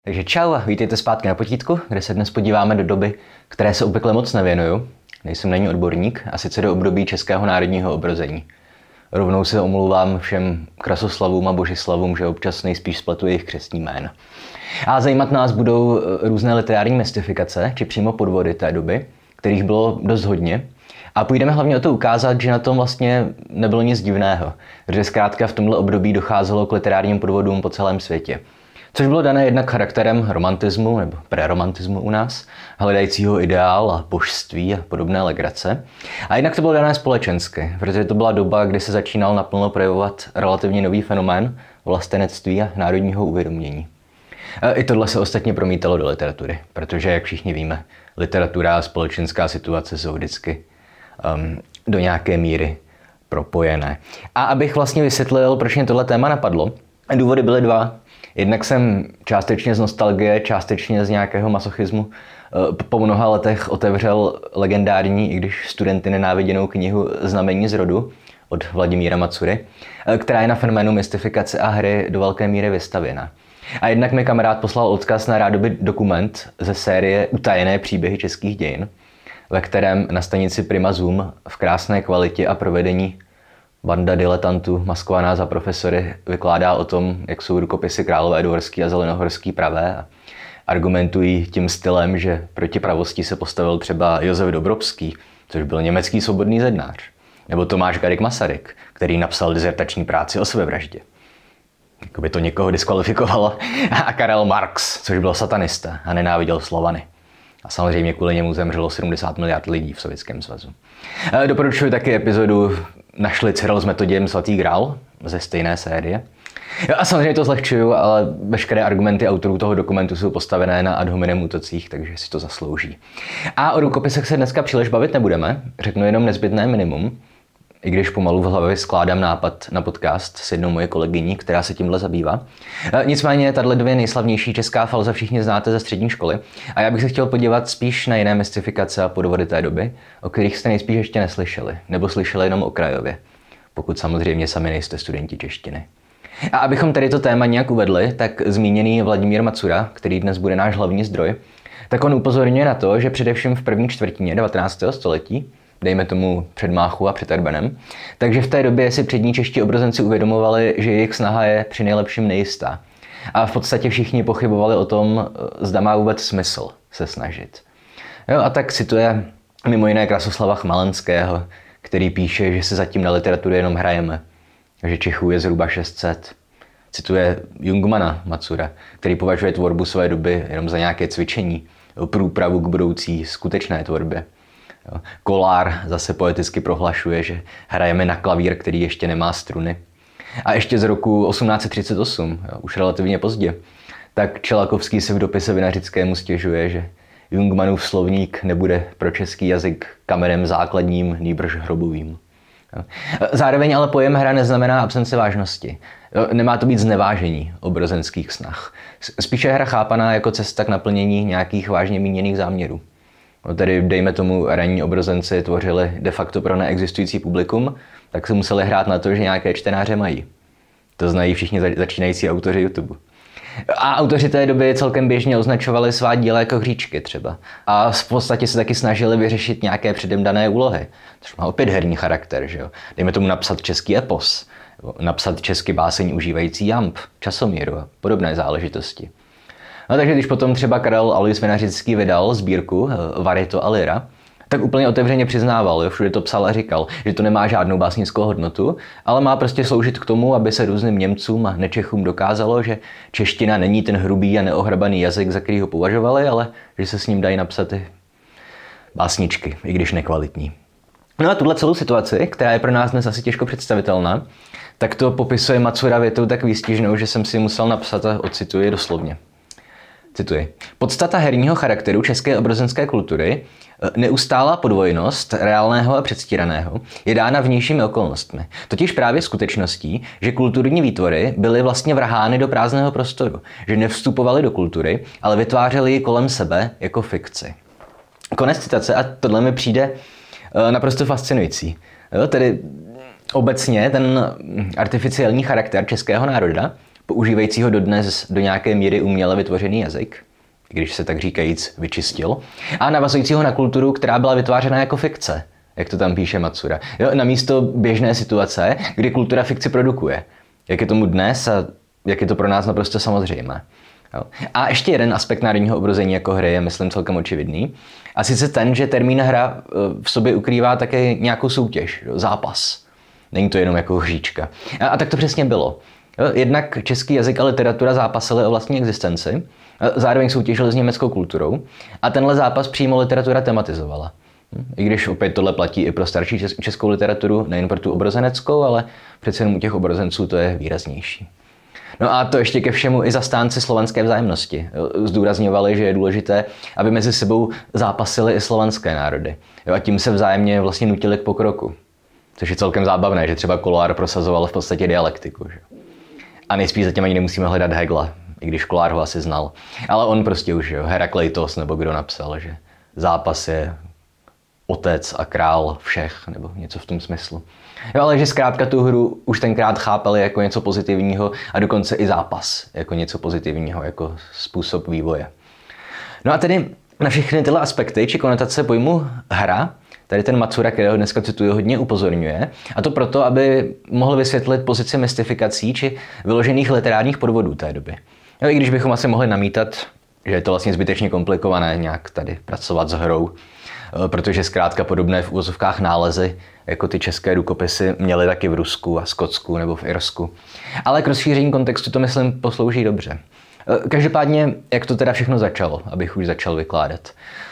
Takže čau a vítejte zpátky na potítku, kde se dnes podíváme do doby, které se obvykle moc nevěnuju. Nejsem na ní odborník, a sice do období českého národního obrození. Rovnou se omlouvám všem krasoslavům a božislavům, že občas nejspíš spletu jejich křestní jména. A zajímat nás budou různé literární mystifikace, či přímo podvody té doby, kterých bylo dost hodně. A půjdeme hlavně o to ukázat, že na tom vlastně nebylo nic divného, protože zkrátka v tomhle období docházelo k literárním podvodům po celém světě. Což bylo dané jednak charakterem romantismu nebo preromantismu u nás, hledajícího ideál a božství a podobné legrace. A jednak to bylo dané společensky, protože to byla doba, kdy se začínal naplno projevovat relativně nový fenomén vlastenectví a národního uvědomění. I tohle se ostatně promítalo do literatury, protože, jak všichni víme, literatura a společenská situace jsou vždycky do nějaké míry propojené. A abych vlastně vysvětlil, proč mě tohle téma napadlo, důvody byly dva. Jednak jsem částečně z nostalgie, částečně z nějakého masochismu po mnoha letech otevřel legendární, i když studenty nenáviděnou knihu Znamení z rodu od Vladimíra Matsury, která je na fenoménu mystifikace a hry do velké míry vystavěna. A jednak mi kamarád poslal odkaz na rádoby dokument ze série Utajené příběhy českých dějin, ve kterém na stanici Prima Zoom v krásné kvalitě a provedení banda diletantů, maskovaná za profesory, vykládá o tom, jak jsou rukopisy Královéhorský a Zelenohorský pravé a argumentují tím stylem, že proti pravosti se postavil třeba Josef Dobrovský, což byl německý svobodný zednář, nebo Tomáš Garrigue Masaryk, který napsal dizertační práci o sebevraždě. Jakoby to někoho diskvalifikovalo. A Karel Marx, což byl satanista a nenáviděl Slovany. A samozřejmě kvůli němu zemřelo 70 miliard lidí v Sovětském svazu. Doporučuji taky epizodu Našli Cyril s Metodiem Svatý grál ze stejné série. A samozřejmě to zlehčuju, ale veškeré argumenty autorů toho dokumentu jsou postavené na ad hominem útocích, takže si to zaslouží. A o rukopisech se dneska příliš bavit nebudeme, řeknu jenom nezbytné minimum, i když pomalu v hlavě skládám nápad na podcast s jednou moje kolegyní, která se tímhle zabývá. Nicméně tato dvě nejslavnější česká falza všichni znáte ze střední školy a já bych se chtěl podívat spíš na jiné mystifikace a podvody té doby, o kterých jste nejspíš ještě neslyšeli, nebo slyšeli jenom okrajově, pokud samozřejmě sami nejste studenti češtiny. A abychom tedy to téma nějak uvedli, tak zmíněný Vladimír Matsura, který dnes bude náš hlavní zdroj, tak on upozorňuje na to, že především v první čtvrtině 19. století, dejme tomu před Máchou a před Erbenem, takže v té době si přední čeští obrozenci uvědomovali, že jejich snaha je při nejlepším nejistá. A v podstatě všichni pochybovali o tom, zda má vůbec smysl se snažit. Jo, a tak cituje mimo jiné Krasoslava Chmalenského, který píše, že se zatím na literaturu jenom hrajeme, že Čechů je zhruba 600. Cituje Jungmana Matsura, který považuje tvorbu své doby jenom za nějaké cvičení, průpravu k budoucí skutečné tvorbě. Kolár zase poeticky prohlašuje, že hrajeme na klavír, který ještě nemá struny. A ještě z roku 1838, už relativně pozdě, tak Čelakovský si v dopise Vinařickému stěžuje, že Jungmanův slovník nebude pro český jazyk kamenem základním, nýbrž hrobovým. Zároveň ale pojem hra neznamená absence vážnosti. Nemá to být znevážení obrozenských snah. Spíše hra chápaná jako cesta k naplnění nějakých vážně míněných záměrů. Tedy dejme tomu, ranní obrozenci tvořili de facto pro neexistující publikum, tak se museli hrát na to, že nějaké čtenáře mají. To znají všichni začínající autoři YouTube. A autoři té doby celkem běžně označovali svá díla jako hříčky třeba. A v podstatě se taky snažili vyřešit nějaké předem dané úlohy. Což má opět herní charakter, že jo. Dejme tomu napsat český epos, napsat česky báseň užívající jamb, časomíru a podobné záležitosti. No takže když potom třeba Karel Alois Vinařický vydal sbírku Varito a Lyra, tak úplně otevřeně přiznával, všude to psal a říkal, že to nemá žádnou básnickou hodnotu, ale má prostě sloužit k tomu, aby se různým Němcům a nečechům dokázalo, že čeština není ten hrubý a neohrabaný jazyk, za který ho považovali, ale že se s ním dají napsat i básničky, i když nekvalitní. No a tuhle celou situaci, která je pro nás dnes asi těžko představitelná, tak to popisuje Matsura větou tak výstižnou, že jsem si musel napsat a ocituji doslovně. Cituji. Podstata herního charakteru české obrozenské kultury, neustálá podvojnost reálného a předstíraného, je dána vnějšími okolnostmi. Totiž právě skutečností, že kulturní výtvory byly vlastně vrhány do prázdného prostoru, že nevstupovaly do kultury, ale vytvářely ji kolem sebe jako fikci. Konec citace a tohle mi přijde naprosto fascinující. Jo, tedy obecně ten artificiální charakter českého národa používajícího dodnes do nějaké míry uměle vytvořený jazyk, když se tak říkajíc vyčistil, a navazujícího na kulturu, která byla vytvářena jako fikce, jak to tam píše Matsura. Na místo běžné situace, kdy kultura fikci produkuje. Jak je tomu dnes a jak je to pro nás naprosto samozřejmé. A ještě jeden aspekt národního obrození jako hry je, myslím, celkem očividný. A sice ten, že termín hra v sobě ukrývá také nějakou soutěž, zápas. Není to jenom jako hříčka. A tak to přesně bylo. Jednak český jazyk a literatura zápasily o vlastní existenci, zároveň soutěžili s německou kulturou a tenhle zápas přímo literatura tematizovala. I když opět tohle platí i pro starší českou literaturu, nejen pro tu obrozeneckou, ale přece jenom u těch obrozenců to je výraznější. No a to ještě ke všemu i zastánci slovanské vzájemnosti. Zdůrazňovali, že je důležité, aby mezi sebou zápasily i slovanské národy. A tím se vzájemně vlastně nutili k pokroku. Což je celkem zábavné, že třeba Kollár prosazoval v podstatě dialektiku. Že? A nejspíš zatím ani nemusíme hledat Hegla, i když Kollár ho asi znal. Ale on prostě už, Herakleitos nebo kdo napsal, že zápas je otec a král všech, nebo něco v tom smyslu. Ale že zkrátka tu hru už tenkrát chápali jako něco pozitivního a dokonce i zápas jako něco pozitivního, jako způsob vývoje. No a tedy na všechny tyhle aspekty či konotace pojmu hra, tady ten Matsura, kterého dneska cituju, hodně upozorňuje. A to proto, aby mohl vysvětlit pozici mystifikací či vyložených literárních podvodů té doby. I když bychom asi mohli namítat, že je to vlastně zbytečně komplikované nějak tady pracovat s hrou, protože zkrátka podobné v úvozovkách nálezy, jako ty české rukopisy, měly taky v Rusku a Skotsku nebo v Irsku. Ale k rozšíření kontextu to, myslím, poslouží dobře. Každopádně, jak to teda všechno začalo, abych už začal vykládat.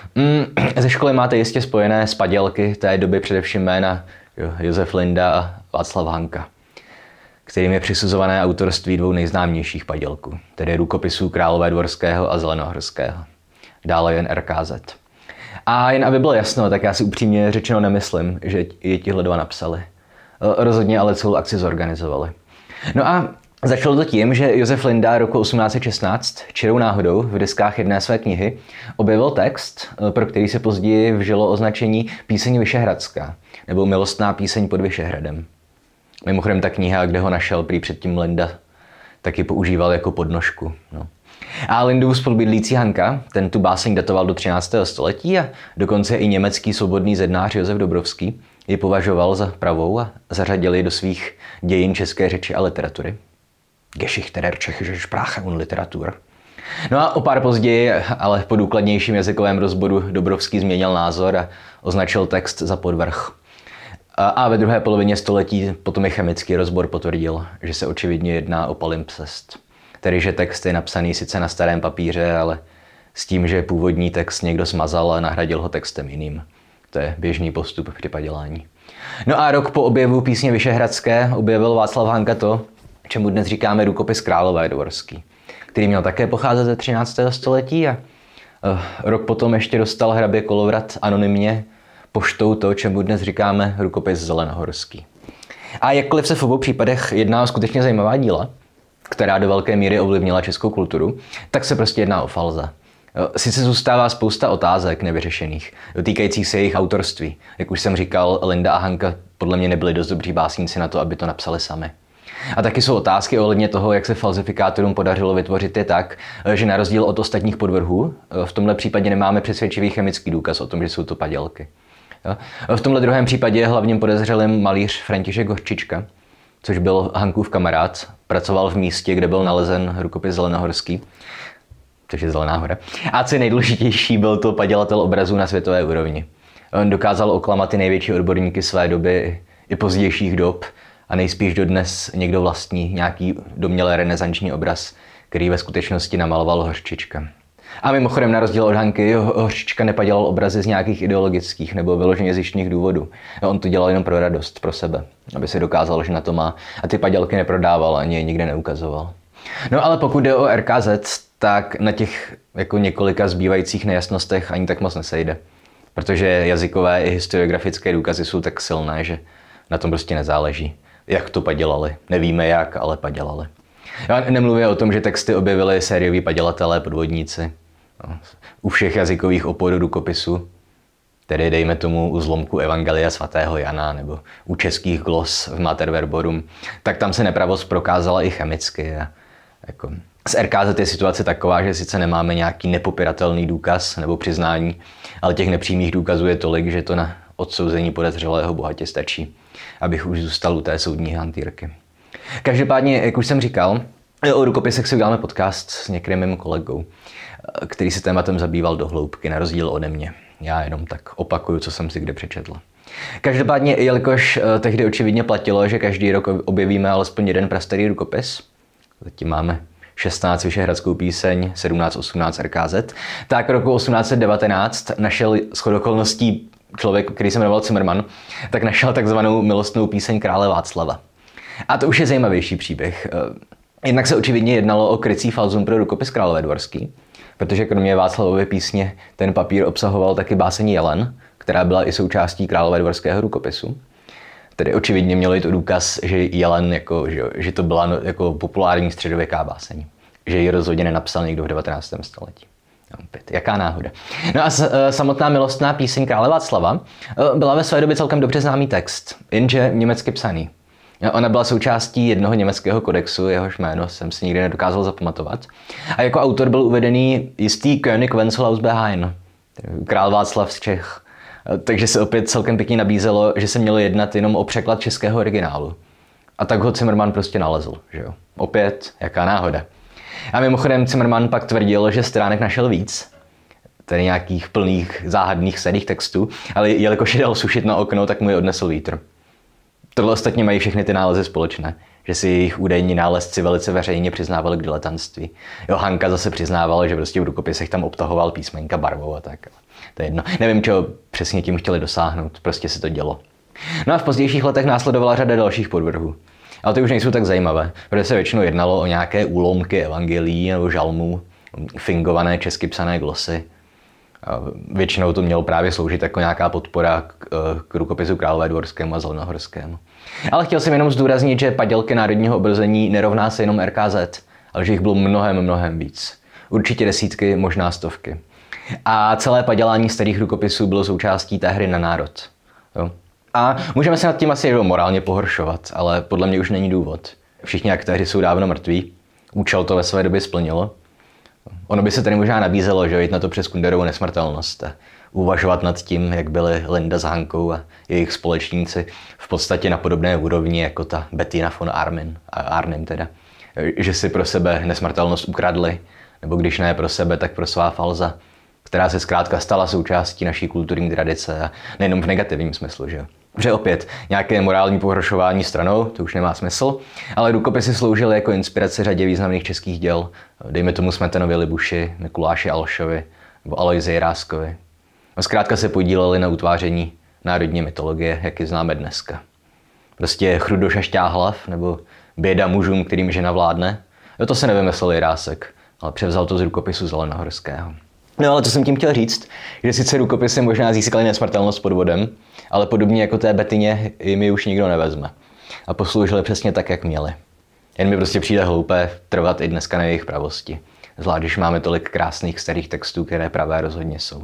Ze školy máte jistě spojené s padělky té doby především jména Josef Linda a Václav Hanka, kterým je přisuzované autorství dvou nejznámějších padělků, tedy rukopisů Královédvorského a Zelenohorského. Dále jen RKZ. A jen aby bylo jasno, tak já si upřímně řečeno nemyslím, že je tihle dva napsali. Rozhodně ale celou akci zorganizovali. No a začalo to tím, že Josef Linda roku 1816 čirou náhodou v deskách jedné své knihy objevil text, pro který se později vžilo označení Píseň vyšehradská, nebo Milostná píseň pod Vyšehradem. Mimochodem ta kniha, kde ho našel prý předtím Linda, taky používal jako podnožku. No. A Lindův spolubydlící Hanka, ten tu báseň datoval do 13. století a dokonce i německý svobodný zednář Josef Dobrovský ji považoval za pravou a zařadil ji do svých dějin české řeči a literatury. Geschichte der tschechischen Sprache und Literatur. No a o pár později, ale po důkladnějším jazykovém rozboru Dobrovský změnil názor a označil text za podvrh. A ve druhé polovině století potom i chemický rozbor potvrdil, že se očividně jedná o palimpsest. Tedy, že text je napsaný sice na starém papíře, ale s tím, že původní text někdo smazal a nahradil ho textem jiným. To je běžný postup při padělání. No a rok po objevu Písně vyšehradské objevil Václav Hanka to, čemu dnes říkáme rukopis Královédvorský, který měl také pocházet ze 13. století a rok potom ještě dostal hrabě Kolovrat anonymně poštou to, čemu dnes říkáme rukopis Zelenohorský. A jakkoliv se v obou případech jedná o skutečně zajímavá díla, která do velké míry ovlivnila českou kulturu, tak se prostě jedná o falze. Sice zůstává spousta otázek nevyřešených, týkajících se jejich autorství. Jak už jsem říkal, Linda a Hanka podle mě nebyli dost dobří básníci na to, aby to napsali sami. A taky jsou otázky ohledně toho, jak se falzifikátorům podařilo vytvořit je tak, že na rozdíl od ostatních podvrhů, v tomhle případě nemáme přesvědčivý chemický důkaz o tom, že jsou to padělky. V tomhle druhém případě je hlavním podezřelým malíř František Hořčička, což byl Hankův kamarád, pracoval v místě, kde byl nalezen rukopis Zelenohorský, což je Zelená hora. A co je nejdůležitější, byl to padělatel obrazů na světové úrovni. On dokázal oklamat i největší odborníky své doby i pozdějších dob a nejspíš dodnes někdo vlastní nějaký domněle renesanční obraz, který ve skutečnosti namaloval Hořčička. A mimochodem na rozdíl od Hanky, Hořčička nepadělal obrazy z nějakých ideologických nebo vyloženě zištných důvodů. On to dělal jenom pro radost, pro sebe, aby si dokázal, že na to má. A ty padělky neprodával, ani je nikde neukazoval. No ale pokud jde o RKZ, tak na těch jako několika zbývajících nejasnostech ani tak moc nesejde. Protože jazykové i historiografické důkazy jsou tak silné, že na tom prostě nezáleží. Jak to padělali? Nevíme jak, ale padělali. Já nemluvím o tom, že texty objevili sérioví padělatelé, podvodníci. U všech jazykových oporů rukopisu, tedy dejme tomu u zlomku Evangelia svatého Jana nebo u českých glos v Mater Verborum, tak tam se nepravost prokázala i chemicky. Jako z RKZ je situace taková, že sice nemáme nějaký nepopiratelný důkaz nebo přiznání, ale těch nepřímých důkazů je tolik, že to na odsouzení podezřelého bohatě stačí, abych už zůstal u té soudní hantýrky. Každopádně, jak už jsem říkal, o rukopisech si uděláme podcast s některým mým kolegou, který se tématem zabýval do hloubky, na rozdíl ode mě. Já jenom tak opakuju, co jsem si kde přečetl. Každopádně, jelikož tehdy očividně platilo, že každý rok objevíme alespoň jeden prastarý rukopis, zatím máme 16 Vyšehradskou píseň, 17-18 RKZ, tak roku 1819 našel shodou okolností člověk, který se jmenoval Zimmermann, tak našel takzvanou milostnou píseň krále Václava. A to už je zajímavější příběh. Jednak se očividně jednalo o krycí falzum pro rukopis královédvorský, protože kromě Václavovy písně ten papír obsahoval taky báseň Jelen, která byla i součástí královédvorského rukopisu. Tedy očividně mělo jít o důkaz, že Jelen, že to byla jako populární středověká báseň. Že ji rozhodně nenapsal někdo v 19. století. Opět, jaká náhoda. No a samotná milostná píseň krále Václava byla ve své době celkem dobře známý text, jenže německy psaný. Ona byla součástí jednoho německého kodexu, jehož jméno jsem si nikdy nedokázal zapamatovat. A jako autor byl uvedený jistý König Wenzel Behain, král Václav z Čech. Takže se opět celkem pěkně nabízelo, že se mělo jednat jenom o překlad českého originálu. A tak ho Zimmermann prostě nalezl, že jo. Opět, jaká náhoda. A mimochodem Zimmermann pak tvrdil, že stránek našel víc, tedy nějakých plných záhadných starých textů, ale jelikož je dal sušit na okno, tak mu je odnesl vítr. Tohle ostatně mají všechny ty nálezy společné, že si jejich údajní nálezci velice veřejně přiznávali k diletantství. Jo, Hanka zase přiznávala, že prostě v rukopisech tam obtahoval písmenka barvou a tak. To je jedno. Nevím, čeho přesně tím chtěli dosáhnout, prostě se to dělo. No a v pozdějších letech následovala řada dalších podvrhů. Ale ty už nejsou tak zajímavé, protože se většinou jednalo o nějaké úlomky evangelií nebo žalmů, fingované česky psané glosy. A většinou to mělo právě sloužit jako nějaká podpora k rukopisu královédvorskému a zelenohorskému. Ale chtěl jsem jenom zdůraznit, že padělky národního obrození nerovná se jenom RKZ, ale že jich bylo mnohem víc. Určitě desítky, možná stovky. A celé padělání starých rukopisů bylo součástí té hry na národ. Jo? A můžeme se nad tím asi morálně pohoršovat, ale podle mě už není důvod. Všichni aktéři jsou dávno mrtví, účel to ve své době splnilo. Ono by se tady možná nabízelo, že jít na to přes Kunderovu nesmrtelnost a uvažovat nad tím, jak byli Linda s Hankou a jejich společníci v podstatě na podobné úrovni jako ta Bettina von Arnim teda. Že si pro sebe nesmrtelnost ukradli, nebo když ne pro sebe, tak pro svá falza, která se zkrátka stala součástí naší kulturní tradice a nejenom v negativním smyslu, že? Že opět nějaké morální pohoršování stranou, to už nemá smysl, ale rukopisy sloužily jako inspirace řadě významných českých děl, dejme tomu Smetanovi Libuši, Mikuláši Alšovi nebo Alojzi Jiráskovi. A zkrátka se podíleli na utváření národní mytologie, jak ji známe dneska. Prostě Chrudoš a Šťáhlav nebo Běda mužům, kterým žena vládne, to se nevymyslel Jirásek, ale převzal to z rukopisu Zelenohorského. No ale co jsem tím chtěl říct, že sice rukopisy možná získaly nesmrtelnost podvodem, ale podobně jako té Betině jim ji už nikdo nevezme. A posloužili přesně tak, jak měli. Jen mi prostě přijde hloupé trvat i dneska na jejich pravosti. Zvlášť, když máme tolik krásných starých textů, které pravé rozhodně jsou.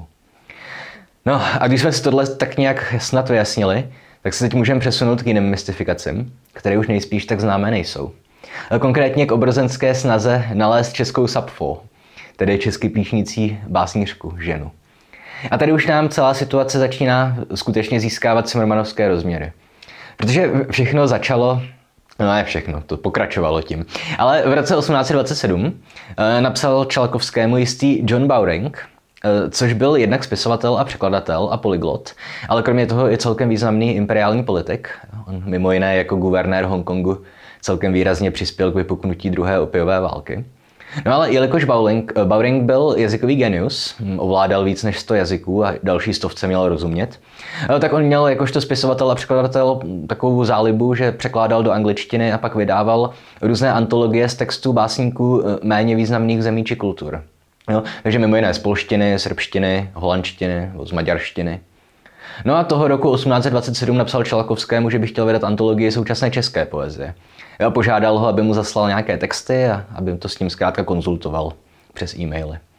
No a když jsme si tohle tak nějak snad vyjasnili, tak se teď můžeme přesunout k jiným mystifikacím, které už nejspíš tak známé nejsou. Konkrétně k obrozenské snaze nalézt českou Sapfo, tedy česky píšnící básnířku, ženu. A tady už nám celá situace začíná skutečně získávat Zimmermannovské rozměry. Protože všechno začalo, no ne všechno, to pokračovalo tím, ale v roce 1827 napsal Čalkovskému jistý John Bowring, což byl jednak spisovatel a překladatel a polyglot, ale kromě toho je celkem významný imperiální politik. On mimo jiné jako guvernér Hongkongu celkem výrazně přispěl k vypuknutí druhé opiové války. No ale jelikož Bowring byl jazykový genius, ovládal víc než 100 jazyků a další stovce měl rozumět, tak on měl jakožto spisovatel a překladatel takovou zálibu, že překládal do angličtiny a pak vydával různé antologie z textů básníků méně významných zemí či kultur. Jo, takže mimo jiné z polštiny, srbštiny, holandštiny, z maďarštiny. No a toho roku 1827 napsal Čalkovskému, že by chtěl vydat antologii současné české poezie. Já požádal ho, aby mu zaslal nějaké texty a aby to s ním zkrátka konzultoval přes e-maily.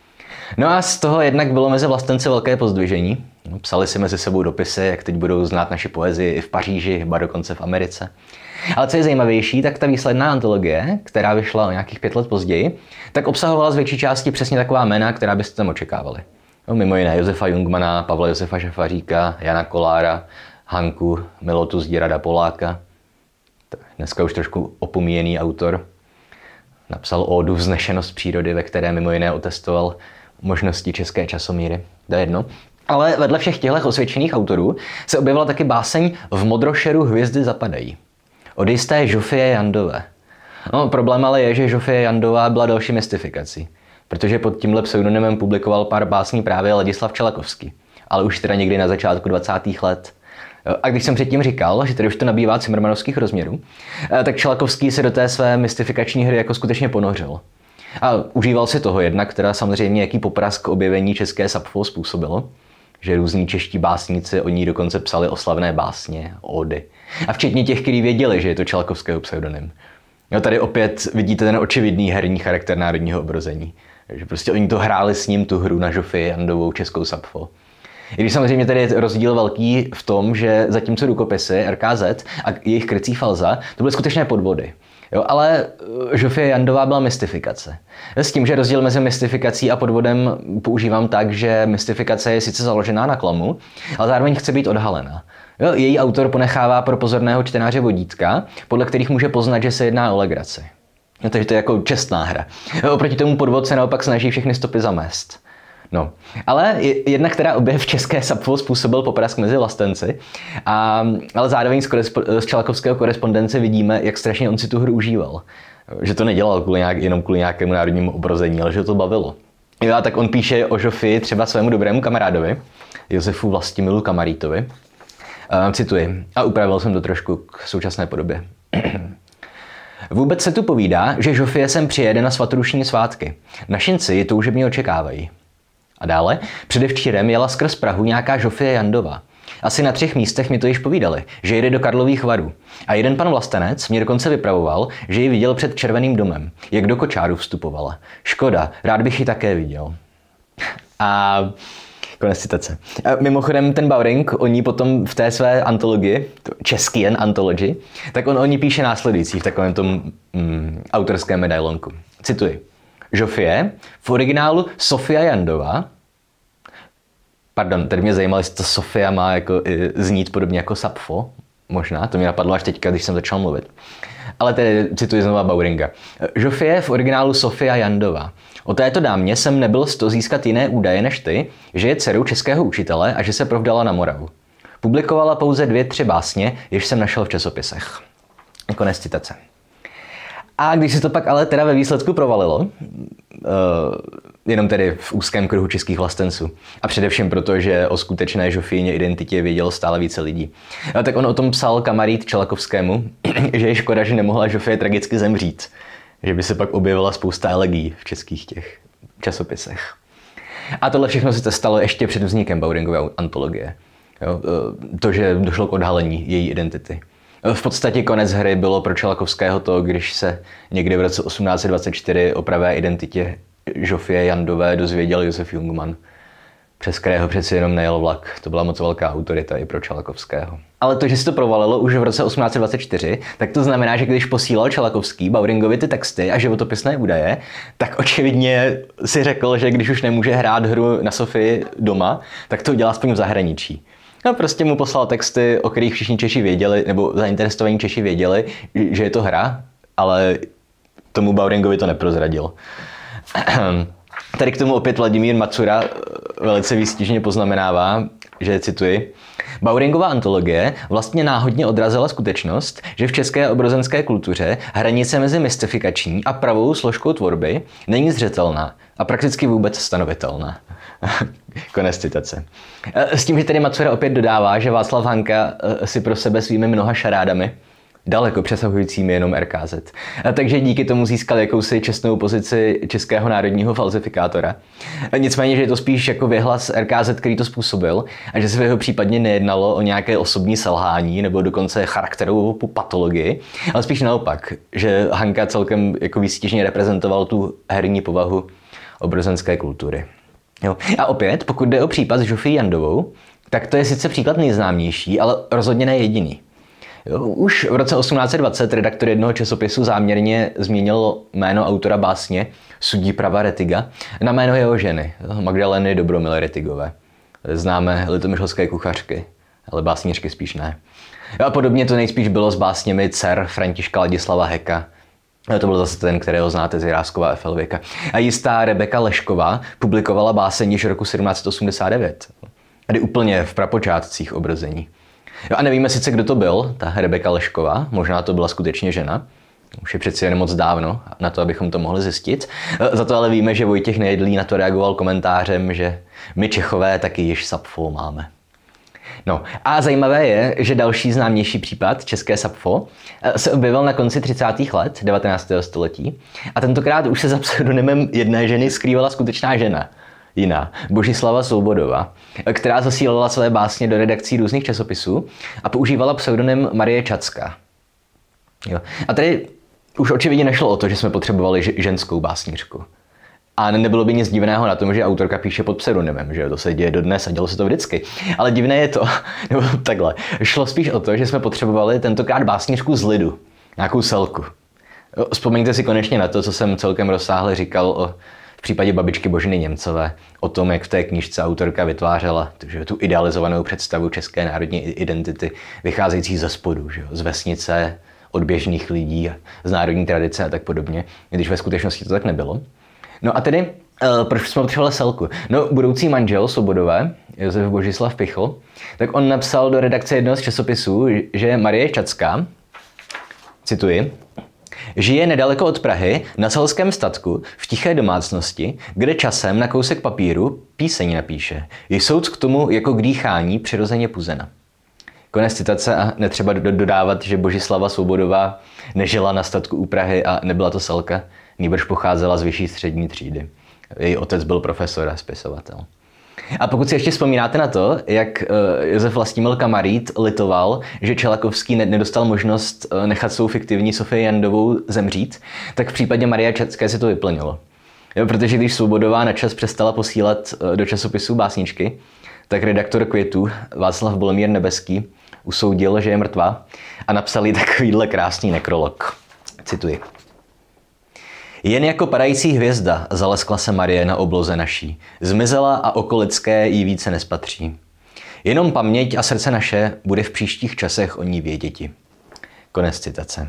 No a z toho jednak bylo mezi vlastenci velké pozdvižení. Psali si mezi sebou dopisy, jak teď budou znát naši poezii i v Paříži, ba dokonce v Americe. Ale co je zajímavější, tak ta výsledná antologie, která vyšla o nějakých 5 let později, tak obsahovala z větší části přesně taková jména, která byste tam očekávali. No, mimo jiné Josefa Jungmana, Pavla Josefa Šafaříka, Jana Kolára, Hanku, Milotu Zdirada Poláka. Dneska už trošku opomíjený autor. Napsal ódu Vznešenost přírody, ve které mimo jiné otestoval možnosti české časomíry. To je jedno. Ale vedle všech těchto osvědčených autorů se objevila taky báseň V modrošeru hvězdy zapadají od jisté Žofie Jandové. No, problém ale je, že Žofie Jandová byla další mystifikací, protože pod tímhle pseudonymem publikoval pár básní právě Ladislav Čelakovský, ale už teda někdy na začátku 20. let. A když jsem předtím říkal, že tady už to nabývá cimrmanovských rozměrů, tak Čelakovský se do té své mystifikační hry jako skutečně ponořil. A užíval si toho jednak, teda samozřejmě jaký poprask objevení české Sapfo způsobilo, že různí čeští básníci o ní dokonce psali oslavné básně, ódy. A včetně těch, kteří věděli, že je to Čelakovského pseudonym. No, tady opět vidíte ten očividný herní charakter národního obrození. Že prostě oni to hráli s ním tu hru na Žofii Jandovou českou Sapfo. I když samozřejmě tady je rozdíl velký v tom, že zatímco rukopisy RKZ a jejich krycí falza, to byly skutečné podvody. Jo, ale Žofie Jandová byla mystifikace. S tím, že rozdíl mezi mystifikací a podvodem používám tak, že mystifikace je sice založená na klamu, ale zároveň chce být odhalena. Jo, její autor ponechává pro pozorného čtenáře vodítka, podle kterých může poznat, že se jedná o legraci. No, takže to je jako čestná hra. Jo, oproti tomu podvod se naopak snaží všechny stopy zamést. No, ale jedna, která objev české Sapfo způsobil poprask mezi vlastenci, ale zároveň z Čelakovského korespondence vidíme, jak strašně on si tu hru užíval. Že to nedělal jenom kvůli nějakému národnímu obrození, ale že to bavilo. Jo, a tak on píše o Žofii třeba svému dobrému kamarádovi, Josefu Vlastimilu Kamarítovi. Cituji, a upravil jsem to trošku k současné podobě. Vůbec se tu povídá, že Žofie sem přijede na svatodušní svátky. Našinci ji toužebně očekávají. A dále, předevčírem jela skrz Prahu nějaká Žofie Jandová. Asi na 3 místech mi to již povídali, že jede do Karlových Varů. A jeden pan vlastenec mě dokonce vypravoval, že ji viděl před Červeným domem, jak do kočáru vstupovala. Škoda, rád bych ji také viděl. A konec citace. A mimochodem ten Bauring o ní potom v té své antologii, český Anthology, tak on o ní píše následující v takovém tom autorském medailonku. Cituji. Žofie, v originálu Sofia Jandová, pardon, tady mě zajímalo, jestli to Sofia má jako znít podobně jako Sapfo, možná, to mě napadlo až teďka, když jsem začal mluvit. Ale tedy cituji znova Bauringa. Žofie v originálu Sofia Jandová. O této dámě jsem nebyl z toho získat jiné údaje než ty, že je dcerou českého učitele a že se provdala na Moravu. Publikovala pouze 2-3 básně, jež jsem našel v časopisech. Konec citace. A když se to pak ale teda ve výsledku provalilo, jenom tedy v úzkém kruhu českých vlastenců, a především proto, že o skutečné Žofíně identitě vědělo stále více lidí, tak on o tom psal Kamarít Čelakovskému, že je škoda, že nemohla Žofie tragicky zemřít, že by se pak objevila spousta elegií v českých těch časopisech. A tohle všechno se to stalo ještě před vznikem Bauringové antologie. Jo, to, že došlo k odhalení její identity. V podstatě konec hry bylo pro Čelakovského to, když se někdy v roce 1824 o pravé identitě Žofie Jandové dozvěděl Josef Jungmann, přes kterého přeci jenom nejel vlak. To byla moc velká autorita i pro Čelakovského. Ale to, že se to provalilo už v roce 1824, tak to znamená, že když posílal Čelakovský Bauringovi ty texty a životopisné údaje, tak očividně si řekl, že když už nemůže hrát hru na Sofii doma, tak to udělá aspoň v zahraničí. No, prostě mu poslal texty, o kterých všichni Češi věděli, nebo zainteresovaní Češi věděli, že je to hra, ale tomu Bauringovi to neprozradil. Tady k tomu opět Vladimír Macura velice výstižně poznamenává, že cituji, Bauringova antologie vlastně náhodně odrazila skutečnost, že v české obrozenské kultuře hranice mezi mystifikační a pravou složkou tvorby není zřetelná a prakticky vůbec stanovitelná. Konec citace. S tím, že tedy Macura opět dodává, že Václav Hanka si pro sebe svými mnoha šarádami, daleko přesahujícími jenom RKZ, takže díky tomu získal jakousi čestnou pozici českého národního falzifikátora. Nicméně, že je to spíš jako věhlas RKZ, který to způsobil, a že se v jeho případě nejednalo o nějaké osobní selhání nebo dokonce charakterovou patologii, ale spíš naopak, že Hanka celkem jako výstižně reprezentoval tu herní povahu obrozenské kultury. Jo. A opět, pokud jde o případ s Žofii Jandovou, tak to je sice příklad nejznámější, ale rozhodně ne jediný. Jo. Už v roce 1820 redaktor jednoho časopisu záměrně změnil jméno autora básně Sudí prava Retiga na jméno jeho ženy, Magdaleny Dobromily Retigové. Známe litomyšlské kuchařky, ale básnířky spíš ne. A podobně to nejspíš bylo s básněmi dcer Františka Ladislava Heka. To byl zase ten, kterého znáte z Jiráskova Effelvěka. A jistá Rebeka Lešková publikovala báseň již roku 1789. Tedy úplně v prapočátcích obrození. Jo, a nevíme sice, kdo to byl, ta Rebeka Lešková, možná to byla skutečně žena. Už je přeci jen moc dávno na to, abychom to mohli zjistit. Za to ale víme, že Vojtěch Nejedlý na to reagoval komentářem, že my Čechové taky již Sapfo máme. No a zajímavé je, že další známější případ, české Sapfo, se objevil na konci 30. let 19. století a tentokrát už se za pseudonymem jedné ženy skrývala skutečná žena, jiná, Božislava Svobodová, která zasílala své básně do redakcí různých časopisů a používala pseudonym Marie Čacká. Jo. A tady už očividně nešlo o to, že jsme potřebovali ženskou básnířku. A nebylo by nic divného na tom, že autorka píše pod pseudonymem, že to se děje dodnes a dělo se to vždycky. Ale divné je to, nebo takhle, šlo spíš o to, že jsme potřebovali tentokrát básnířku z lidu, nějakou selku. Vzpomeňte si konečně na to, co jsem celkem rozsáhle říkal v případě babičky Boženy Němcové, o tom, jak v té knížce autorka vytvářela tu idealizovanou představu české národní identity, vycházející ze spodu, že z vesnice, od běžných lidí, z národní tradice a tak podobně, když ve skutečnosti to tak nebylo. No a tedy, proč jsme potřebovali selku? No, budoucí manžel Svobodové, Josef Božislav Pichl, tak on napsal do redakce jednoho z časopisů, že Marie Čacká, cituji, žije nedaleko od Prahy, na selském statku, v tiché domácnosti, kde časem na kousek papíru píseň napíše. Jsou k tomu jako k dýchání přirozeně puzena. Konec citace a netřeba dodávat, že Božislava Svobodová nežila na statku u Prahy a nebyla to selka, nýbrž pocházela z vyšší střední třídy. Její otec byl profesor a spisovatel. A pokud si ještě vzpomínáte na to, jak Josef Vlastimil Kamarít litoval, že Čelakovský nedostal možnost nechat svou fiktivní Sofii Jandovou zemřít, tak v případě Marie Čacké se to vyplnilo. Jo, protože když Svobodová na čas přestala posílat do časopisů básničky, tak redaktor Květů Václav Bolomír Nebeský usoudil, že je mrtvá a napsal jí takovýhle krásný nekrolog. Cituji. Jen jako padající hvězda zaleskla se Marie na obloze naší. Zmizela a oko lidské jí více nespatří. Jenom paměť a srdce naše bude v příštích časech o ní věděti. Konec citace.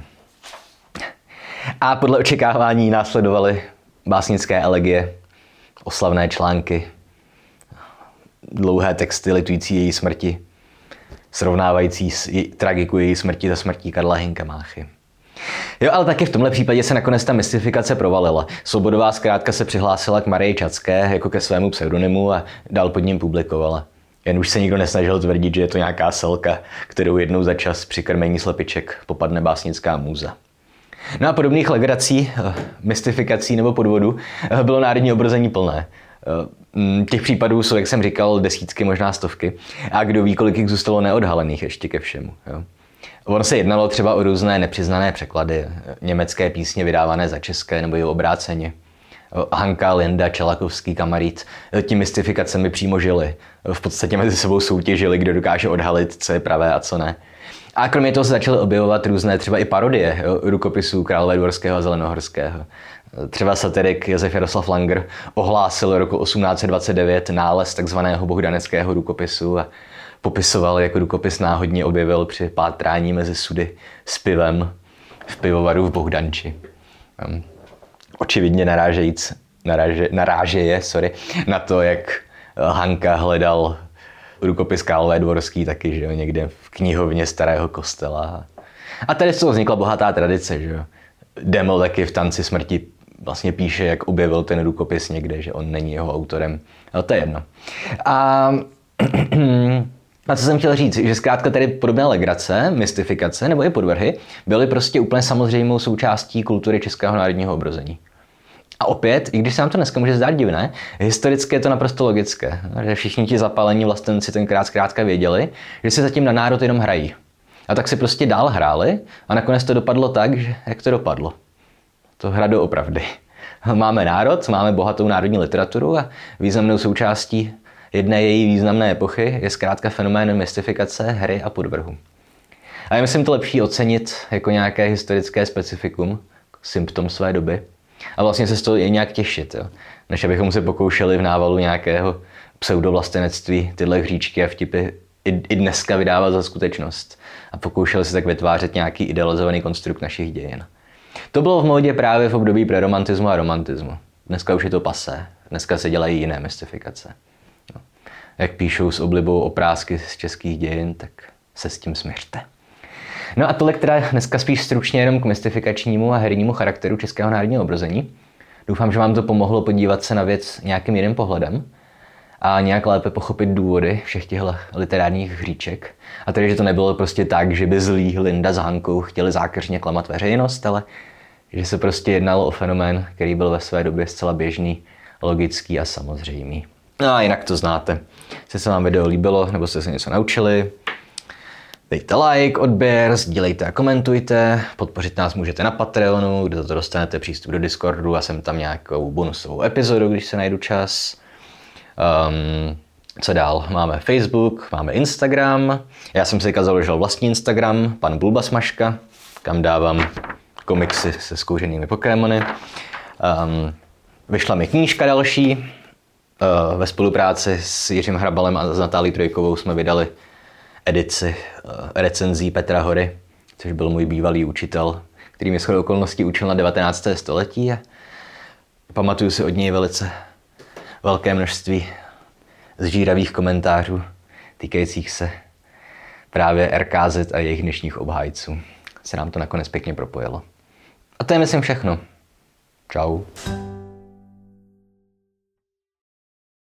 A podle očekávání následovaly básnické elegie, oslavné články, dlouhé texty litující její smrti, srovnávající tragiku její smrti se smrtí Karla Hynka Máchy. Jo, ale taky v tomhle případě se nakonec ta mystifikace provalila. Svobodová zkrátka se přihlásila k Marii Čacké jako ke svému pseudonymu a dál pod ním publikovala. Jen už se nikdo nesnažil tvrdit, že je to nějaká selka, kterou jednou za čas při krmení slepiček popadne básnická můza. No a podobných legrací, mystifikací nebo podvodů bylo národní obrození plné. Těch případů jsou, jak jsem říkal, desítky, možná stovky. A kdo ví, kolik jich zůstalo neodhalených ještě ke všemu. Jo. Ono se jednalo třeba o různé nepřiznané překlady, německé písně vydávané za české nebo i obráceně. Hanka, Linda, Čelakovský, Kamarít, ti mystifikacemi přímo žili. V podstatě mezi sebou soutěžili, kdo dokáže odhalit, co je pravé a co ne. A kromě toho se začaly objevovat různé třeba i parodie rukopisů Královédvorského a Zelenohorského. Třeba satirik Josef Jaroslav Langer ohlásil roku 1829 nález takzvaného bohdaneckého rukopisu a popisoval, jak rukopis náhodně objevil při pátrání mezi sudy s pivem v pivovaru v Bohdanči. Očividně narážeje na to, jak Hanka hledal rukopis Královédvorský taky, že jo, někde v knihovně starého kostela. A tady z toho vznikla bohatá tradice, že jo. Deml taky v Tanci smrti vlastně píše, jak objevil ten rukopis někde, že on není jeho autorem. Ale to je jedno. A co jsem chtěl říct, že zkrátka tady podobné legrace, mystifikace nebo i podvrhy byly prostě úplně samozřejmou součástí kultury českého národního obrození. A opět, i když se nám to dneska může zdát divné, historicky je to naprosto logické, že všichni ti zapálení vlastenci tenkrát zkrátka věděli, že si zatím na národ jenom hrají. A tak si prostě dál hráli a nakonec to dopadlo tak, že jak to dopadlo. To hra doopravdy. Máme národ, máme bohatou národní literaturu a významnou součástí jedné její významné epochy je zkrátka fenomén mystifikace, hry a podvrhu. A je myslím to lepší ocenit jako nějaké historické specifikum, symptom své doby. A vlastně se z toho i nějak těšit, jo? Než abychom se pokoušeli v návalu nějakého pseudovlastenectví tyhle hříčky a vtipy i dneska vydávat za skutečnost. A pokoušeli se tak vytvářet nějaký idealizovaný konstrukt našich dějin. To bylo v módě právě v období preromantismu a romantismu. Dneska už je to pasé. Dneska se dělají jiné mystifikace. No. Jak píšou s oblibou oprázky z českých dějin, tak se s tím smiřte. No a tolik teda dneska spíš stručně jenom k mystifikačnímu a hernímu charakteru českého národního obrození. Doufám, že vám to pomohlo podívat se na věc nějakým jiným pohledem a nějak lépe pochopit důvody všech těchto literárních hříček. A tedy, že to nebylo prostě tak, že by zlí Linda s Hankou chtěli zákeřně klamat veřejnost, ale že se prostě jednalo o fenomén, který byl ve své době zcela běžný, logický a samozřejmý. No a jinak to znáte. Jestli se vám video líbilo, nebo jste se něco naučili, dejte like, odběr, sdílejte a komentujte, podpořit nás můžete na Patreonu, kde to dostanete přístup do Discordu a sem tam nějakou bonusovou epizodu, když se najdu čas. Co dál? Máme Facebook, máme Instagram. Já jsem si založil vlastní Instagram, pan Bulbasmaška, kam dávám komiksy se zkouřenými Pokémony. Vyšla mi knížka další. Ve spolupráci s Jiřím Hrabalem a s Natálí Trojkovou jsme vydali edici recenzí Petra Hory, což byl můj bývalý učitel, který mě shodou okolností učil na 19. století a pamatuju si od něj velice velké množství zžíravých komentářů týkajících se právě RKZ a jejich dnešních obhájců. Se nám to nakonec pěkně propojilo. A to je myslím všechno. Čau.